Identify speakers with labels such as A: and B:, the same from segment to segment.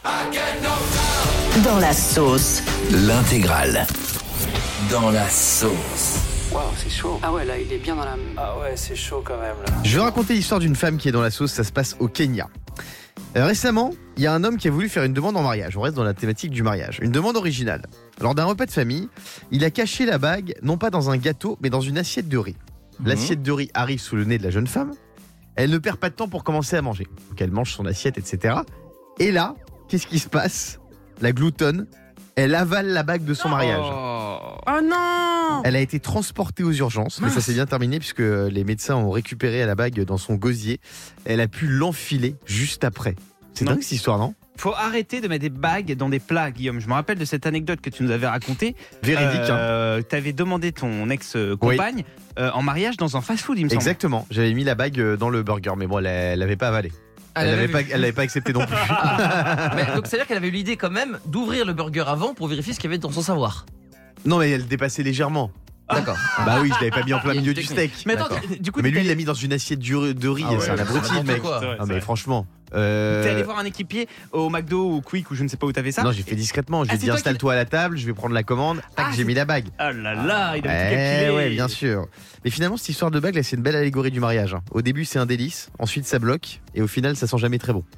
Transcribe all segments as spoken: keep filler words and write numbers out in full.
A: Dans la sauce.
B: L'intégrale. Dans la sauce.
C: Waouh, c'est chaud.
D: Ah ouais, là, il est bien dans la...
C: Ah ouais, c'est chaud quand même là.
E: Je vais raconter l'histoire d'une femme qui est dans la sauce, ça se passe au Kenya. Euh, récemment, il y a un homme qui a voulu faire une demande en mariage. On reste dans la thématique du mariage. Une demande originale. Lors d'un repas de famille, il a caché la bague, non pas dans un gâteau, mais dans une assiette de riz. Mmh. L'assiette de riz arrive sous le nez de la jeune femme. Elle ne perd pas de temps pour commencer à manger. Donc elle mange son assiette, et cetera. Et là, qu'est-ce qui se passe ? La gloutonne, elle avale la bague de son mariage.
D: Oh non!
E: Elle a été transportée aux urgences, mais ça s'est bien terminé puisque les médecins ont récupéré la bague dans son gosier. Elle a pu l'enfiler juste après. C'est dingue cette histoire, non ?
F: Faut arrêter de mettre des bagues dans des plats, Guillaume. Je me rappelle de cette anecdote que tu nous avais racontée.
E: Véridique.
F: Euh, hein. Tu avais demandé ton ex-compagne oui. euh, en mariage dans un fast-food, il me semble.
E: Exactement. J'avais mis la bague dans le burger, mais bon, elle l'avait pas avalé. Elle n'avait pas, elle l'avait pas accepté non plus.
G: Ah. Mais donc c'est à dire qu'elle avait eu l'idée quand même d'ouvrir le burger avant pour vérifier ce qu'il y avait dans son savoir.
E: Non, mais elle dépassait légèrement.
G: D'accord.
E: Bah oui, je l'avais pas mis en plein milieu du steak.
F: Mais attends, du coup,
E: mais lui, il l'a mis dans une assiette de riz. Ah ouais, c'est un abruti, mec.
G: Quoi.
E: Vrai, ah mais franchement. Euh...
F: T'es allé voir un équipier au McDo ou Quick ou je ne sais pas où t'avais ça ?
E: Non, j'ai fait discrètement. Je lui ai
F: ah,
E: dit installe-toi qui... à la table, je vais prendre la commande. Tac, ah, j'ai mis la bague.
F: Ah là là, il a
E: ouais,
F: tout calculé.
E: Ouais, bien sûr. Mais finalement, cette histoire de bague, là, c'est une belle allégorie du mariage. Au début, c'est un délice. Ensuite, ça bloque. Et au final, ça sent jamais très bon.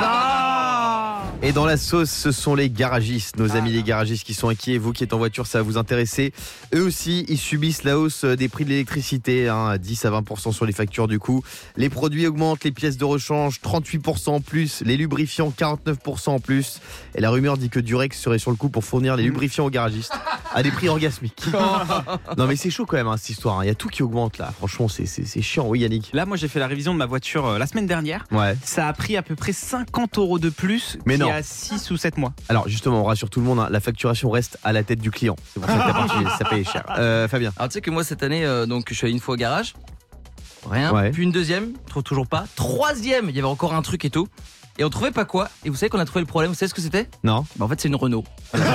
E: Et dans la sauce, ce sont les garagistes, nos amis les garagistes qui sont inquiets. Vous qui êtes en voiture, ça va vous intéresser. Eux aussi, ils subissent la hausse des prix de l'électricité, hein, dix à vingt pour cent sur les factures du coup. Les produits augmentent, les pièces de rechange, trente-huit pour cent en plus, les lubrifiants, quarante-neuf pour cent en plus. Et la rumeur dit que Durex serait sur le coup pour fournir les lubrifiants aux garagistes à des prix orgasmiques. Non mais c'est chaud quand même hein, cette histoire, il hein. y a tout qui augmente là. Franchement, c'est, c'est, c'est chiant, oui Yannick.
F: Là, moi j'ai fait la révision de ma voiture euh, la semaine dernière.
E: Ouais.
F: Ça a pris à peu près cinquante euros de plus
E: mais
F: qu'il
E: non.
F: y a six ou sept mois.
E: Alors justement, on rassure tout le monde, hein, la facturation reste à la tête du client. C'est pour ça que t'as particulier, ça paye cher. Euh, Fabien.
G: Alors tu sais que moi cette année, euh, donc je suis allé une fois au garage, rien. Ouais. Puis une deuxième, trouve toujours pas. Troisième, il y avait encore un truc et tout. Et on trouvait pas quoi. Et vous savez qu'on a trouvé le problème. Vous savez ce que c'était ?
E: Non.
G: Bah en fait c'est une Renault.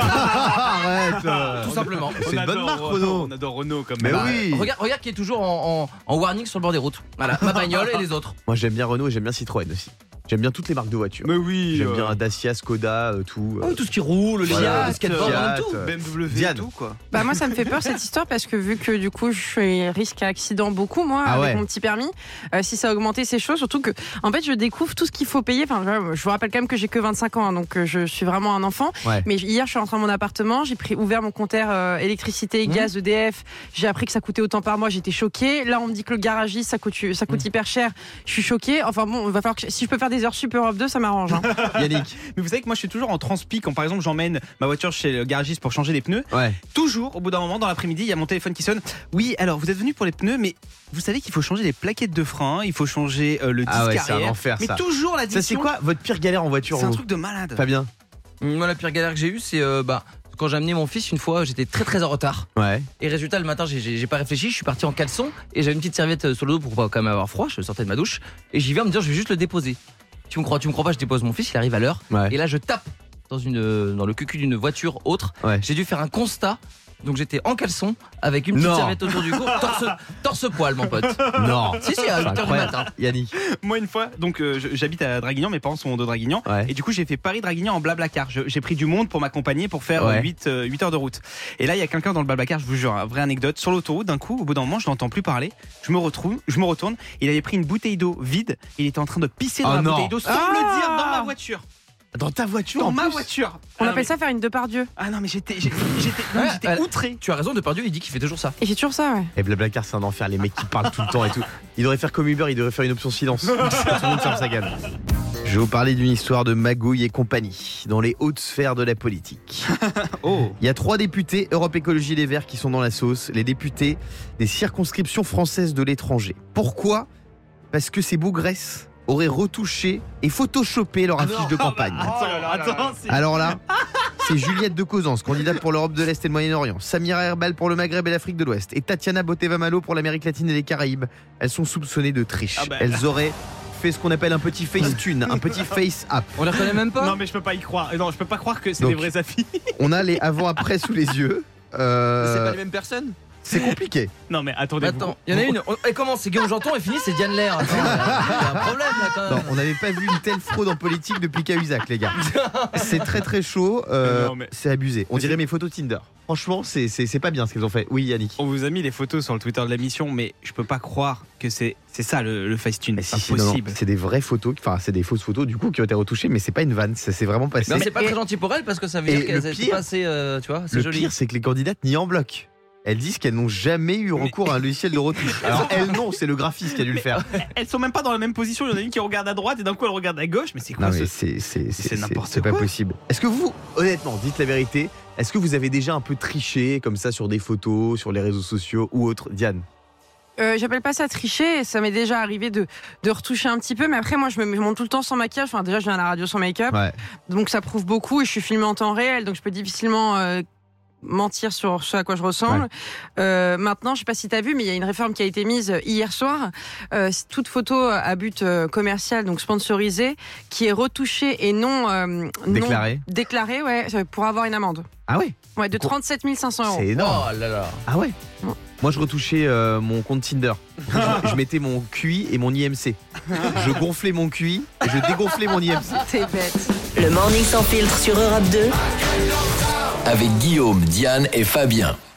E: Arrête. Euh...
G: Tout simplement.
E: C'est une bonne marque Renault.
F: On adore Renault comme.
E: Mais
F: bah,
E: oui.
G: Regarde, regarde qui est toujours en, en, en warning sur le bord des routes. Voilà, ma bagnole et les autres.
E: Moi j'aime bien Renault et j'aime bien Citroën aussi. J'aime bien toutes les marques de voitures.
F: Mais oui.
E: J'aime
F: euh...
E: bien Dacia, Skoda, euh, tout.
G: Euh... Oh, tout ce qui roule, les
E: voilà,
G: Fiat, skateboard,
E: Fiat,
G: tout.
E: Euh,
F: B M W,
E: Diane.
F: tout quoi.
D: Bah moi ça me fait peur cette histoire parce que vu que du coup je suis risque à accident beaucoup moi
E: ah
D: avec
E: ouais.
D: mon petit permis, euh, si ça a augmenté c'est chaud, surtout que en fait je découvre tout ce qu'il faut payer. Enfin je vous rappelle quand même que j'ai que vingt-cinq ans hein, donc euh, je suis vraiment un enfant.
E: Ouais.
D: Mais hier je suis rentrée dans mon appartement, j'ai pris ouvert mon compteur euh, électricité, mmh. gaz, E D F. J'ai appris que ça coûtait autant par mois, j'étais choquée. Là on me dit que le garagiste ça coûte ça coûte mmh. hyper cher. Je suis choquée. Enfin bon, il va falloir que si je peux faire des heures sup Europe deux ça m'arrange. Hein.
E: Yannick.
F: Mais vous savez que moi je suis toujours en transpi quand par exemple j'emmène ma voiture chez le garagiste pour changer les pneus.
E: Ouais.
F: Toujours au bout d'un moment dans l'après-midi il y a mon téléphone qui sonne. Oui alors vous êtes venu pour les pneus mais vous savez qu'il faut changer les plaquettes de frein, il faut changer euh, le disque
E: ah ouais,
F: arrière.
E: C'est un enfer,
F: mais
E: ça.
F: toujours la
E: Ça c'est quoi votre pire galère en voiture ?
F: C'est un truc de malade.
E: Fabien.
G: Moi la pire galère que j'ai eue c'est euh, bah quand j'ai amené mon fils une fois j'étais très très en retard.
E: Ouais.
G: Et résultat le matin j'ai, j'ai, j'ai pas réfléchi, je suis parti en caleçon et j'avais une petite serviette sur le dos pour pas quand même avoir froid, je sortais de ma douche et j'y vais en me dire je vais juste le déposer. Tu me crois, tu me crois pas, je dépose mon fils, il arrive à l'heure. Ouais. Et là, je tape dans, une, dans le cucu d'une voiture autre. Ouais. J'ai dû faire un constat. Donc j'étais en caleçon avec une petite non. serviette autour du cou, torse, torse poil, mon pote.
E: Non.
G: Si, si, à huit heures du matin.
E: Yannick.
F: Moi, une fois, donc euh, j'habite à Draguignan, mes parents sont de Draguignan. Ouais. Et du coup, j'ai fait Paris-Draguignan en Blablacar. Je, j'ai pris du monde pour m'accompagner pour faire ouais. huit, euh, huit heures de route. Et là, il y a quelqu'un dans le Blablacar, je vous jure, vraie anecdote. Sur l'autoroute, d'un coup, au bout d'un moment, je l'entends plus parler. Je me retrouve, je me retourne. Il avait pris une bouteille d'eau vide. Il était en train de pisser dans oh la non. bouteille d'eau sans ah le dire dans ma voiture.
E: Dans ta voiture
F: Dans
E: en
F: ma
E: plus.
F: voiture.
D: On
F: ah
D: appelle
F: mais...
D: ça faire une Depardieu.
F: Ah non mais j'étais j'étais, j'étais, non,
G: ouais,
F: j'étais
G: elle,
F: outré.
G: Tu as raison, Depardieu il dit qu'il fait toujours ça.
D: Et fait toujours ça ouais.
E: Et Blablacar c'est un enfer, les mecs qui parlent tout le temps et tout. Il devrait faire comme Uber, il devrait faire une option silence. Tout le monde ferme sa gamme. Je vais vous parler d'une histoire de magouille et compagnie dans les hautes sphères de la politique. Oh. Il y a trois députés Europe Écologie Les Verts qui sont dans la sauce, les députés des circonscriptions françaises de l'étranger. Pourquoi ? Parce que ces bougresses auraient retouché et photoshopé leur affiche de campagne.
F: Oh là là, attends,
E: c'est... Alors là, c'est Juliette de Causance, candidate pour l'Europe de l'Est et le Moyen-Orient, Samira Herbal pour le Maghreb et l'Afrique de l'Ouest, et Tatiana Boteva-Malo pour l'Amérique latine et les Caraïbes. Elles sont soupçonnées de triche. Ah bah... Elles auraient fait ce qu'on appelle un petit face-tune, un petit face-up.
G: On les reconnaît même pas ?
F: Non mais je peux pas y croire. Non, je peux pas croire que c'est Donc, des vraies affiches.
E: On a les avant-après sous les yeux.
G: Euh... C'est pas les mêmes personnes ?
E: C'est compliqué.
F: Non mais attendez.
G: Attends, il y en a une. Elle commence, c'est Guillaume Janton et finit, c'est Diane Lair. Attends, il y a un problème là quand même.
E: Non, on n'avait pas vu une telle fraude en politique depuis Cahuzac, les gars. C'est très très chaud. Euh,
F: non, mais...
E: C'est abusé. On
F: mais
E: dirait
F: c'est...
E: mes photos Tinder. Franchement, c'est, c'est, c'est pas bien ce qu'ils ont fait. Oui, Yannick.
F: On vous a mis les photos sur le Twitter de l'émission, mais je peux pas croire que c'est, c'est ça le, le Facetune. C'est
E: si,
F: pas
E: si,
F: possible.
E: Non, non. C'est des vraies photos, enfin, c'est des fausses photos du coup qui ont été retouchées, mais c'est pas une vanne. Ça s'est vraiment passé.
G: Non, c'est pas très gentil pour elle parce que ça veut dire qu'elle s'est passée, euh, tu vois, c'est
E: le
G: joli.
E: Le pire, c'est que les candidates nient en bloc. Elles disent qu'elles n'ont jamais eu recours mais... à un logiciel de retouche. Alors elles non, c'est le graphiste qui a dû le faire.
F: Elles sont même pas dans la même position. Il y en a une qui regarde à droite et d'un coup elle regarde à gauche. Mais c'est quoi
E: non,
F: ce...
E: mais c'est, c'est, c'est,
F: c'est n'importe
E: c'est
F: quoi.
E: C'est pas possible. Est-ce que vous, honnêtement, dites la vérité, est-ce que vous avez déjà un peu triché comme ça sur des photos, sur les réseaux sociaux ou autre, Diane?
D: Euh, j'appelle pas ça tricher, ça m'est déjà arrivé de, de retoucher un petit peu, mais après moi je me monte tout le temps sans maquillage, enfin déjà je viens à la radio sans make-up, ouais. Donc ça prouve beaucoup et je suis filmée en temps réel, donc je peux difficilement euh, mentir sur ce à quoi je ressemble. Ouais. Euh, maintenant, je sais pas si tu as vu, mais il y a une réforme qui a été mise hier soir. Euh, toute photo à but euh, commercial, donc sponsorisée, qui est retouchée et non euh,
E: déclarée,
D: non déclarée, ouais, pour avoir une amende.
E: Ah ouais.
D: Ouais, de trente-sept mille cinq cents euros.
E: C'est énorme.
G: Oh là là.
E: Ah ouais. ouais. Moi, je retouchais euh, mon compte Tinder. je, je mettais mon Q I et mon I M C. Je gonflais mon Q I et je dégonflais mon I M C.
D: T'es bête.
A: Le Morning Sans Filtre sur Europe deux.
B: Avec Guillaume, Diane et Fabien.